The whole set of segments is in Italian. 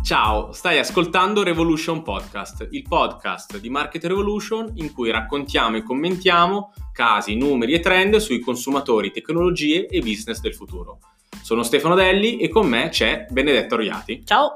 Ciao, stai ascoltando Revolution Podcast, il podcast di Market Revolution in cui raccontiamo e commentiamo casi, numeri e trend sui consumatori, tecnologie e business del futuro. Sono Stefano Delli e con me c'è Benedetta Oriati. Ciao!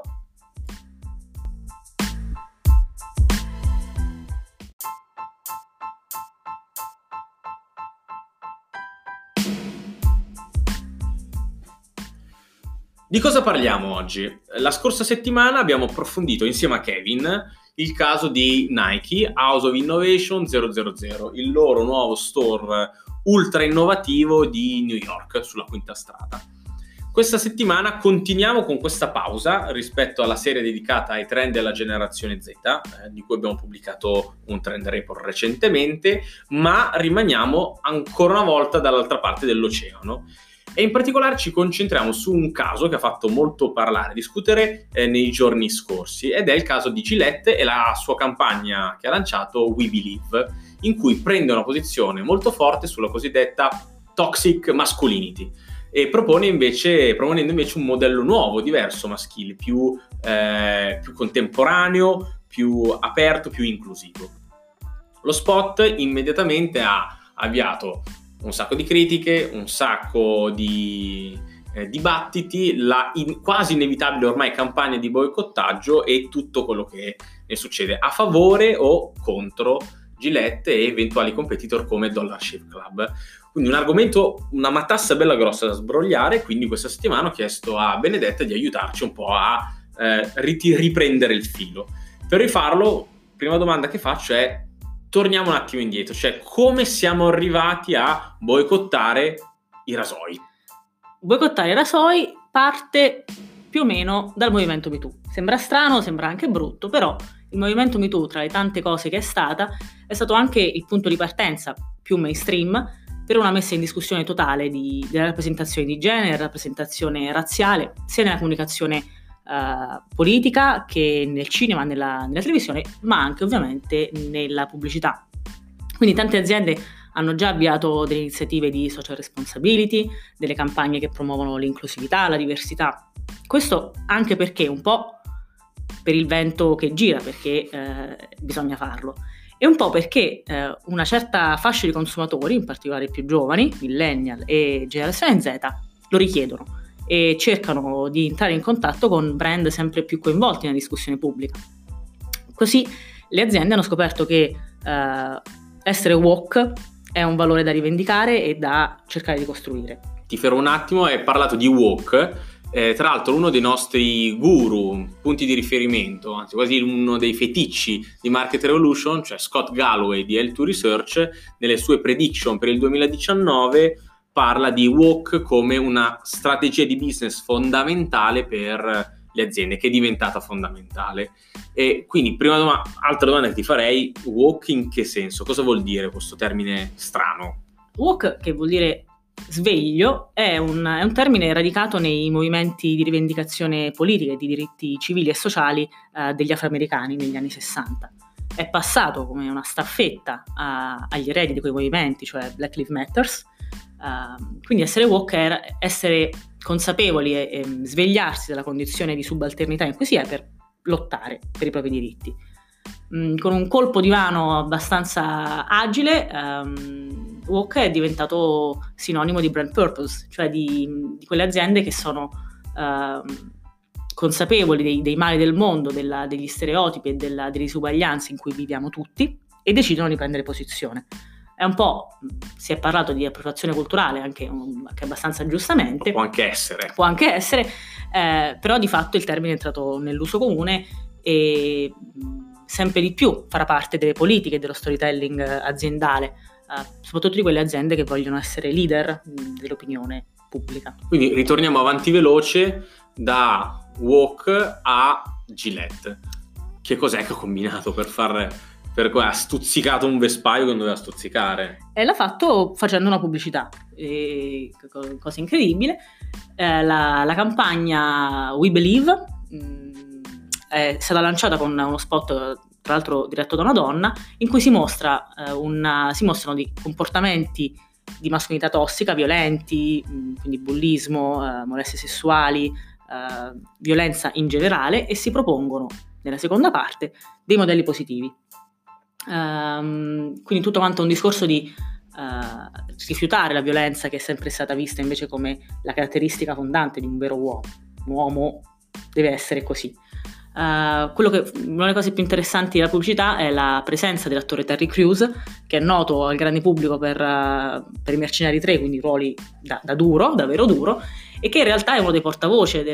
Di cosa parliamo oggi? La scorsa settimana abbiamo approfondito insieme a Kevin il caso di Nike House of Innovation 000, il loro nuovo store ultra innovativo di New York sulla Quinta Strada. Questa settimana continuiamo con questa pausa rispetto alla serie dedicata ai trend della generazione Z, di cui abbiamo pubblicato un trend report recentemente, ma rimaniamo ancora una volta dall'altra parte dell'oceano. E in particolare ci concentriamo su un caso che ha fatto molto parlare, discutere nei giorni scorsi, ed è il caso di Gillette e la sua campagna che ha lanciato We Believe, in cui prende una posizione molto forte sulla cosiddetta toxic masculinity e proponendo invece un modello nuovo, diverso, maschile, più contemporaneo, più aperto, più inclusivo. Lo spot immediatamente ha avviato un sacco di critiche, un sacco di dibattiti, la quasi inevitabile ormai campagna di boicottaggio e tutto quello che ne succede a favore o contro Gillette e eventuali competitor come Dollar Shave Club. Quindi un argomento, una matassa bella grossa da sbrogliare, quindi questa settimana ho chiesto a Benedetta di aiutarci un po' a riprendere il filo. Per rifarlo, prima domanda che faccio è: torniamo un attimo indietro, cioè come siamo arrivati a boicottare i rasoi? Boicottare i rasoi parte più o meno dal movimento MeToo. Sembra strano, sembra anche brutto, però il movimento MeToo, tra le tante cose che è stato anche il punto di partenza più mainstream per una messa in discussione totale della rappresentazione di genere, rappresentazione razziale, sia nella comunicazione politica che nel cinema, nella televisione, ma anche ovviamente nella pubblicità. Quindi tante aziende hanno già avviato delle iniziative di social responsibility, delle campagne che promuovono l'inclusività, la diversità. Questo anche perché un po' per il vento che gira, perché bisogna farlo, e un po' perché una certa fascia di consumatori, in particolare i più giovani, millennial e generazione Z, lo richiedono e cercano di entrare in contatto con brand sempre più coinvolti nella discussione pubblica. Così le aziende hanno scoperto che essere woke è un valore da rivendicare e da cercare di costruire. Ti fermo un attimo, hai parlato di woke, tra l'altro uno dei nostri guru, punti di riferimento, anzi quasi uno dei feticci di Market Revolution, cioè Scott Galloway di L2 Research, nelle sue prediction per il 2019 parla di woke come una strategia di business fondamentale per le aziende, che è diventata fondamentale. E quindi altra domanda che ti farei: woke in che senso? Cosa vuol dire questo termine strano? Woke, che vuol dire sveglio, è un termine radicato nei movimenti di rivendicazione politica e di diritti civili e sociali degli afroamericani negli anni 60. È passato come una staffetta agli eredi di quei movimenti, cioè Black Lives Matters. Quindi essere woke è essere consapevoli e svegliarsi dalla condizione di subalternità in cui si è per lottare per i propri diritti. Con un colpo di mano abbastanza agile, woke è diventato sinonimo di brand purpose, cioè di quelle aziende che sono consapevoli dei mali del mondo, degli stereotipi e delle disuguaglianze in cui viviamo tutti, e decidono di prendere posizione. È un po', si è parlato di appropriazione culturale anche abbastanza giustamente. Può anche essere, però di fatto il termine è entrato nell'uso comune e sempre di più farà parte delle politiche dello storytelling aziendale, soprattutto di quelle aziende che vogliono essere leader dell'opinione pubblica. Quindi ritorniamo avanti veloce da woke a Gillette. Che cos'è che ha combinato ha stuzzicato un vespaio che non doveva stuzzicare? E l'ha fatto facendo una pubblicità, cosa incredibile. La campagna We Believe è stata lanciata con uno spot, tra l'altro diretto da una donna, in cui si mostrano dei comportamenti di mascolinità tossica, violenti, quindi bullismo, molestie sessuali, violenza in generale e si propongono nella seconda parte dei modelli positivi. Quindi tutto quanto un discorso di rifiutare la violenza, che è sempre stata vista invece come la caratteristica fondante di un vero uomo. Un uomo deve essere così. Una delle cose più interessanti della pubblicità è la presenza dell'attore Terry Crews, che è noto al grande pubblico per i Mercenari 3, quindi ruoli da duro, davvero duro, e che in realtà è uno dei portavoce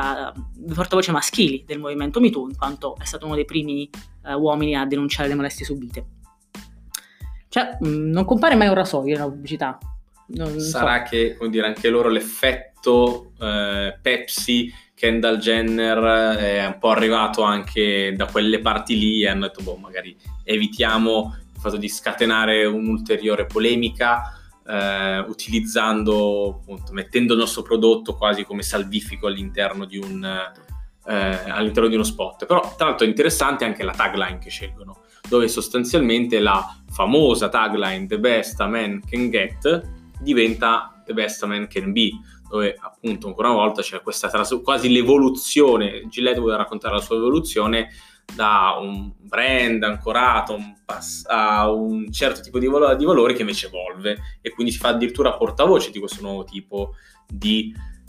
maschili del movimento Me Too, in quanto è stato uno dei primi uomini a denunciare le molestie subite. Cioè, non compare mai un rasoio nella pubblicità. Sarà che, come dire, anche loro l'effetto Pepsi, Kendall Jenner è un po' arrivato anche da quelle parti lì e hanno detto magari evitiamo il fatto di scatenare un'ulteriore polemica utilizzando, appunto, mettendo il nostro prodotto quasi come salvifico all'interno di uno spot. Però tra l'altro è interessante anche la tagline che scelgono, dove sostanzialmente la famosa tagline "The best a man can get" diventa "The best a man can be", dove appunto ancora una volta c'è questa quasi l'evoluzione. Gillette vuole raccontare la sua evoluzione da un brand ancorato a un certo tipo di valori che invece evolve, e quindi si fa addirittura portavoce di questo nuovo tipo di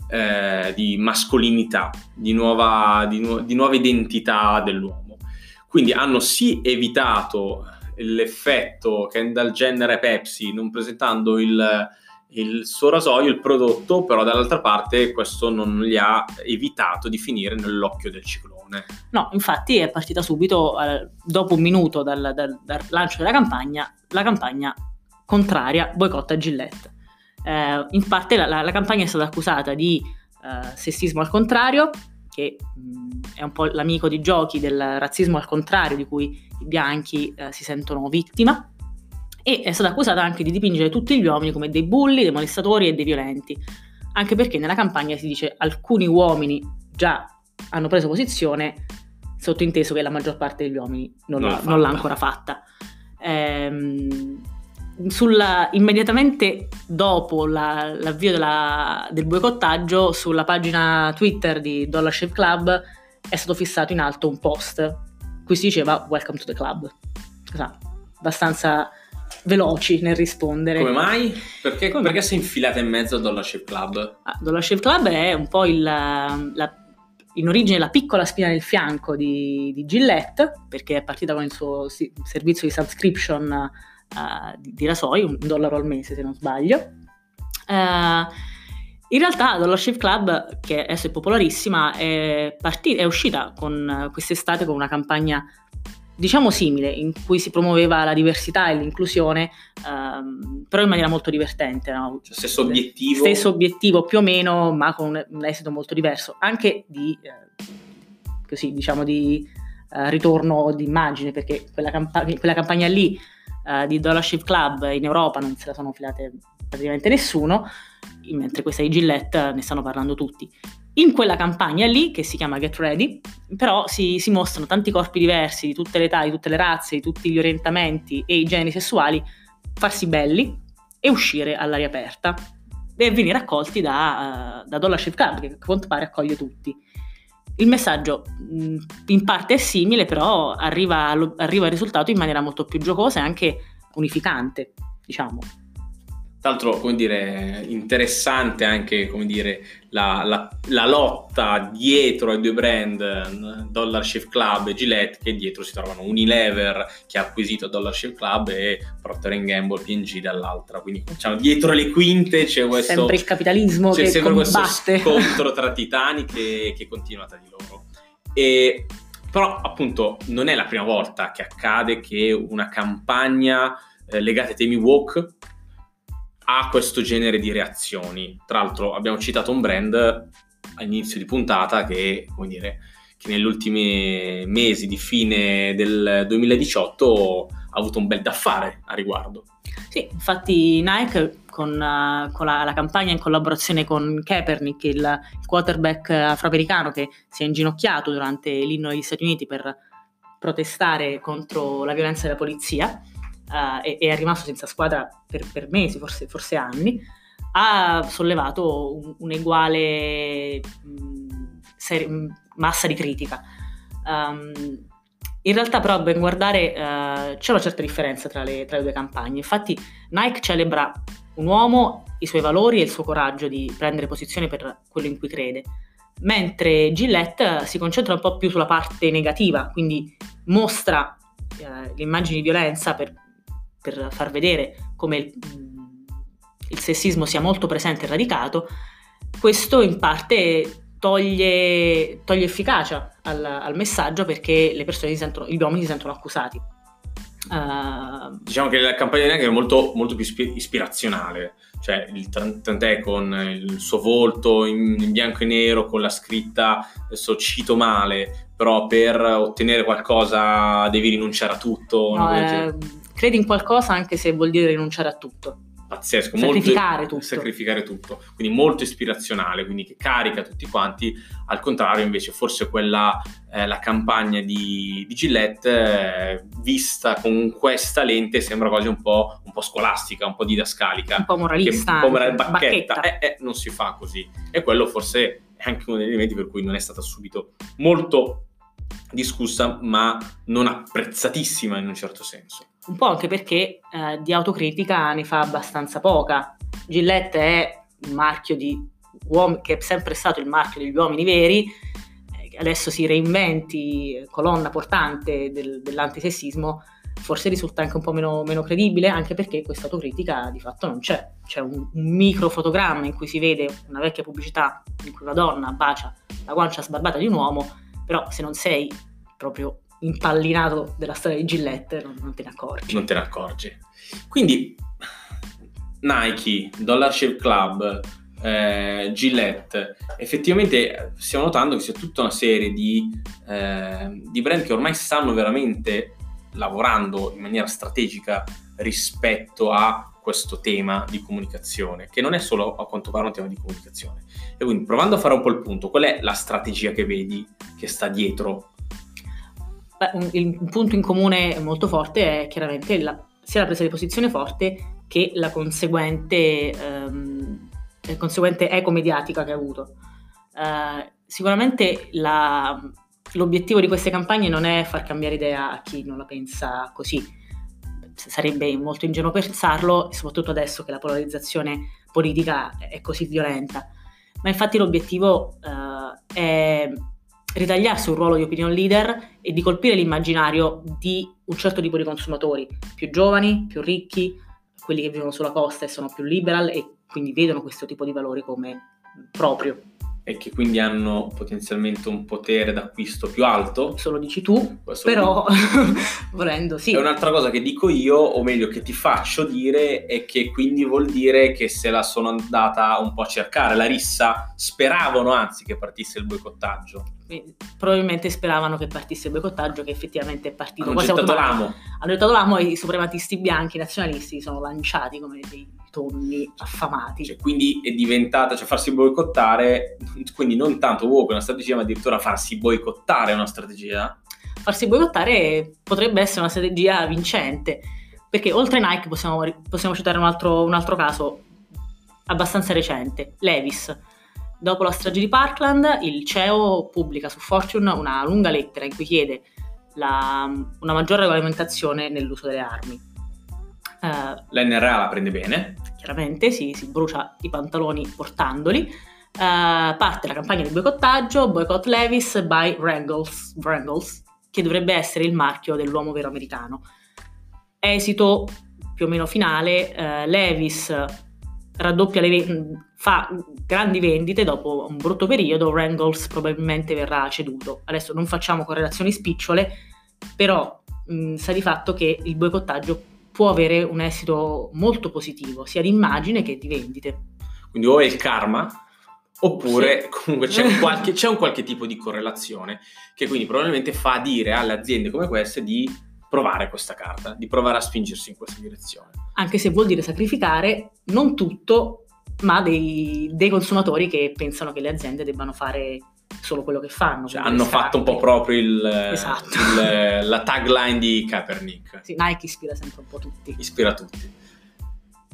mascolinità, di nuova identità dell'uomo. Quindi hanno sì evitato l'effetto Kendall Jenner e Pepsi non presentando il suo rasoio, il prodotto, però dall'altra parte questo non li ha evitato di finire nell'occhio del ciclone. No, infatti è partita subito, dopo un minuto dal lancio della campagna, la campagna contraria boicotta Gillette. In parte la campagna è stata accusata di sessismo al contrario, che è un po' l'amico di giochi del razzismo al contrario, di cui i bianchi si sentono vittima, e è stata accusata anche di dipingere tutti gli uomini come dei bulli, dei molestatori e dei violenti, anche perché nella campagna si dice alcuni uomini già hanno preso posizione, sottointeso che la maggior parte degli uomini non l'ha ancora fatta. Immediatamente dopo l'avvio del boicottaggio, sulla pagina Twitter di Dollar Shave Club è stato fissato in alto un post in cui si diceva "Welcome to the club". Abbastanza veloci nel rispondere. Come mai? Perché si è infilata in mezzo a Dollar Shave Club? Dollar Shave Club è un po' in origine la piccola spina nel fianco di Gillette, perché è partita con il suo servizio di subscription di rasoi, $1 al mese se non sbaglio. In realtà Dollar Shave Club, che adesso è popolarissima, è uscita quest'estate con una campagna diciamo simile, in cui si promuoveva la diversità e l'inclusione, però in maniera molto divertente, no? Cioè, stesso obiettivo più o meno, ma con un esito molto diverso, anche di ritorno d'immagine, perché quella campagna lì di Dollar Shave Club in Europa non se la sono filate praticamente nessuno, mentre questa di Gillette ne stanno parlando tutti. In quella campagna lì, che si chiama Get Ready, però si mostrano tanti corpi diversi, di tutte le età, di tutte le razze, di tutti gli orientamenti e i generi sessuali, farsi belli e uscire all'aria aperta e venire accolti da Dollar Shave Club, che a quanto pare accoglie tutti. Il messaggio in parte è simile, però arriva al risultato in maniera molto più giocosa e anche unificante, diciamo. Tra l'altro, come dire, interessante anche, come dire, la lotta dietro ai due brand, Dollar Shave Club e Gillette, che dietro si trovano Unilever, che ha acquisito Dollar Shave Club, e Procter & Gamble, P&G dall'altra. Quindi, diciamo, dietro le quinte c'è questo... Sempre il capitalismo che sempre combatte. Questo scontro tra titani che continua tra di loro. Però, appunto, non è la prima volta che accade che una campagna legata ai temi woke ha questo genere di reazioni. Tra l'altro abbiamo citato un brand all'inizio di puntata che, come dire, che negli ultimi mesi di fine del 2018 ha avuto un bel da fare a riguardo. Sì, infatti Nike con la campagna in collaborazione con Kaepernick, il quarterback afroamericano che si è inginocchiato durante l'inno degli Stati Uniti per protestare contro la violenza della polizia, e è rimasto senza squadra per mesi, forse anni, ha sollevato un uguale massa di critica. In realtà però, a ben guardare, c'è una certa differenza tra le due campagne. Infatti Nike celebra un uomo, i suoi valori e il suo coraggio di prendere posizione per quello in cui crede, mentre Gillette si concentra un po' più sulla parte negativa, quindi mostra le immagini di violenza per far vedere come il sessismo sia molto presente e radicato. Questo in parte toglie efficacia al messaggio, perché le persone gli uomini si sentono accusati. Diciamo che la campagna di Nike è molto, molto più ispirazionale, cioè tant'è con il suo volto in bianco e nero con la scritta, adesso cito male, però per ottenere qualcosa devi rinunciare a tutto. No, credi in qualcosa anche se vuol dire rinunciare a tutto. Pazzesco, sacrificare tutto, quindi molto ispirazionale, quindi che carica tutti quanti. Al contrario, invece, forse quella la campagna di Gillette vista con questa lente sembra quasi un po' scolastica, un po' didascalica, un po' moralista, un po' bacchetta. Non si fa così, e quello forse è anche uno degli elementi per cui non è stata subito molto discussa, ma non apprezzatissima in un certo senso. Un po' anche perché di autocritica ne fa abbastanza poca. Gillette è un marchio di uomini, che è sempre stato il marchio degli uomini veri, adesso si reinventi colonna portante dell'antisessismo, forse risulta anche un po' meno credibile, anche perché questa autocritica di fatto non c'è. C'è un microfotogramma in cui si vede una vecchia pubblicità in cui una donna bacia la guancia sbarbata di un uomo, però se non sei proprio impallinato della storia di Gillette non te ne accorgi. Non te ne accorgi. Quindi Nike, Dollar Shave Club, Gillette, effettivamente stiamo notando che c'è tutta una serie di brand che ormai stanno veramente lavorando in maniera strategica rispetto a questo tema di comunicazione, che non è solo a quanto pare un tema di comunicazione. E quindi, provando a fare un po' il punto, qual è la strategia che vedi che sta dietro? Un punto in comune molto forte è chiaramente sia la presa di posizione forte che la conseguente eco mediatica che ha avuto. Sicuramente l'obiettivo di queste campagne non è far cambiare idea a chi non la pensa così. Sarebbe molto ingenuo pensarlo, soprattutto adesso che la polarizzazione politica è così violenta. Ma infatti l'obiettivo è ritagliarsi un ruolo di opinion leader e di colpire l'immaginario di un certo tipo di consumatori, più giovani, più ricchi, quelli che vivono sulla costa e sono più liberal e quindi vedono questo tipo di valori come proprio. E che quindi hanno potenzialmente un potere d'acquisto più alto. Questo lo dici tu, però volendo sì. E un'altra cosa che dico io, o meglio che ti faccio dire, è che quindi vuol dire che se la sono andata un po' a cercare la rissa, speravano anzi che partisse il boicottaggio. Probabilmente speravano che partisse il boicottaggio, che effettivamente è partito. Hanno gettato l'amo e i suprematisti bianchi nazionalisti sono lanciati come dei tonni affamati. Cioè, quindi è diventata, farsi boicottare, quindi non tanto woke una strategia, ma addirittura farsi boicottare una strategia? Farsi boicottare potrebbe essere una strategia vincente, perché oltre Nike possiamo citare un altro caso abbastanza recente, Levi's. Dopo la strage di Parkland, il CEO pubblica su Fortune una lunga lettera in cui chiede una maggiore regolamentazione nell'uso delle armi. L'NRA la prende bene. Chiaramente si brucia i pantaloni portandoli. Parte la campagna di boicottaggio, Boycott Levi's by Wrangles, che dovrebbe essere il marchio dell'uomo vero americano. Esito più o meno finale, Levi's raddoppia fa grandi vendite dopo un brutto periodo, Wrangles probabilmente verrà ceduto. Adesso non facciamo correlazioni spicciole, però sa di fatto che il boicottaggio può avere un esito molto positivo, sia di immagine che di vendite. Quindi o è il karma, oppure comunque c'è un qualche tipo di correlazione che quindi probabilmente fa dire alle aziende come queste di provare questa carta, di provare a spingersi in questa direzione. Anche se vuol dire sacrificare non tutto, ma dei consumatori che pensano che le aziende debbano fare solo quello che fanno. Cioè, hanno fatto un po' proprio esatto. la tagline di Kaepernick. Sì, Nike ispira sempre un po' tutti. Ispira tutti.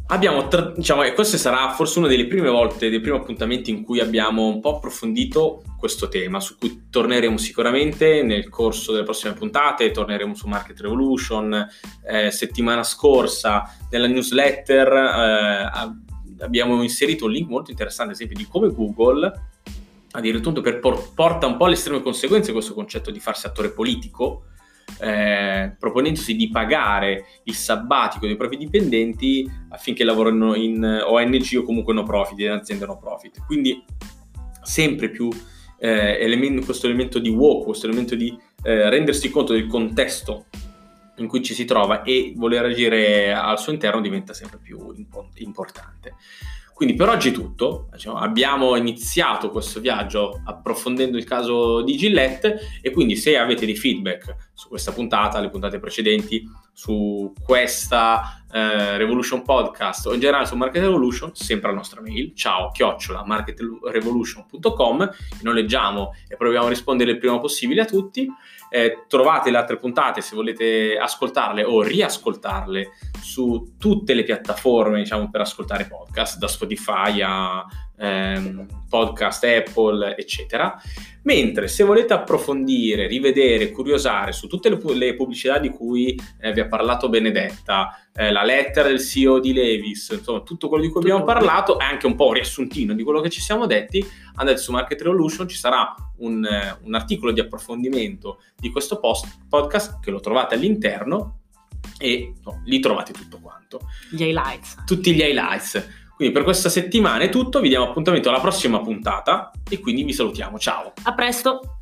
diciamo, e questa sarà forse una delle prime volte, dei primi appuntamenti in cui abbiamo un po' approfondito questo tema, su cui torneremo sicuramente nel corso delle prossime puntate. Torneremo su Market Revolution. Settimana scorsa nella newsletter abbiamo inserito un link molto interessante, ad esempio, di come Google addirittura porta un po' alle estreme conseguenze questo concetto di farsi attore politico, proponendosi di pagare il sabbatico dei propri dipendenti affinché lavorino in ONG o comunque no profit, in aziende no profit. Quindi sempre più questo elemento di woke, questo elemento di rendersi conto del contesto in cui ci si trova e voler agire al suo interno diventa sempre più importante. Quindi per oggi è tutto. Abbiamo iniziato questo viaggio approfondendo il caso di Gillette, e quindi se avete dei feedback su questa puntata, le puntate precedenti, su questa Revolution Podcast o in generale su Market Revolution, sempre la nostra mail, ciao@marketrevolution.com, noi leggiamo e proviamo a rispondere il prima possibile a tutti. Trovate le altre puntate, se volete ascoltarle o riascoltarle, su tutte le piattaforme, diciamo, per ascoltare podcast, da Spotify a podcast Apple, eccetera. Mentre se volete approfondire, rivedere, curiosare su tutte le pubblicità di cui vi ha parlato Benedetta, la lettera del CEO di Levi's, insomma tutto quello di cui abbiamo parlato, è anche un po' un riassuntino di quello che ci siamo detti, andate su Market Revolution, ci sarà un articolo di approfondimento di questo podcast che lo trovate all'interno, e lì trovate tutto quanto. Tutti gli highlights. Quindi per questa settimana è tutto, vi diamo appuntamento alla prossima puntata e quindi vi salutiamo. Ciao! A presto!